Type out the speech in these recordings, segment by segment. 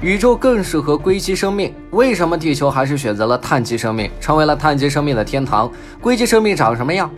宇宙更适合硅基生命，为什么地球还是选择了碳基生命，成为了碳基生命的天堂？硅基生命长什么样？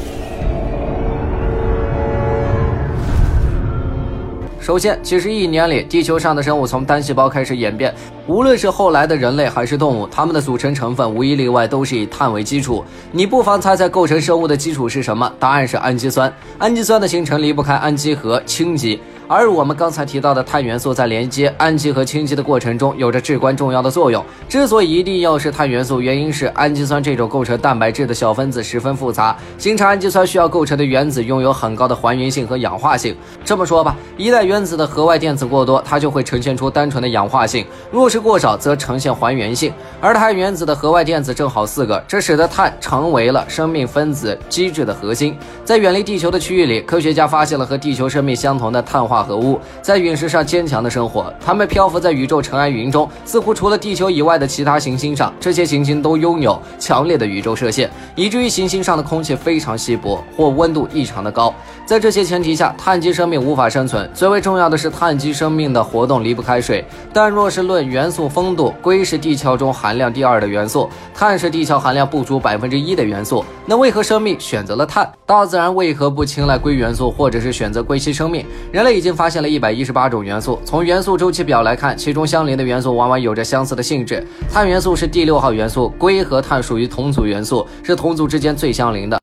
首先，几十亿年里，地球上的生物从单细胞开始演变，无论是后来的人类还是动物，它们的组成成分无一例外都是以碳为基础。你不妨猜猜构成生物的基础是什么？答案是氨基酸。氨基酸的形成离不开氨基和氢基。而我们刚才提到的碳元素在连接氨基和氢基的过程中有着至关重要的作用。之所以一定要是碳元素，原因是氨基酸这种构成蛋白质的小分子十分复杂，形成氨基酸需要构成的原子拥有很高的还原性和氧化性。这么说吧，一旦原子的核外电子过多，它就会呈现出单纯的氧化性；若是过少，则呈现还原性。而碳原子的核外电子正好4个，这使得碳成为了生命分子机制的核心。在远离地球的区域里，科学家发现了和地球生命相同的碳化合物，在陨石上坚强的生活。它们漂浮在宇宙尘埃云中，似乎除了地球以外的其他行星上，这些行星都拥有强烈的宇宙射线，以至于行星上的空气非常稀薄，或温度异常的高。在这些前提下，碳基生命无法生存。最为重要的是，碳基生命的活动离不开水。但若是论元素丰度，硅是地壳中含量第2的元素，碳是地壳含量不足1%的元素。那为何生命选择了碳？大自然为何不青睐硅元素，或者是选择硅基生命？人类已经发现了118种元素，从元素周期表来看，其中相邻的元素往往有着相似的性质。碳元素是第6号元素，硅和碳属于同族元素，是同族之间最相邻的。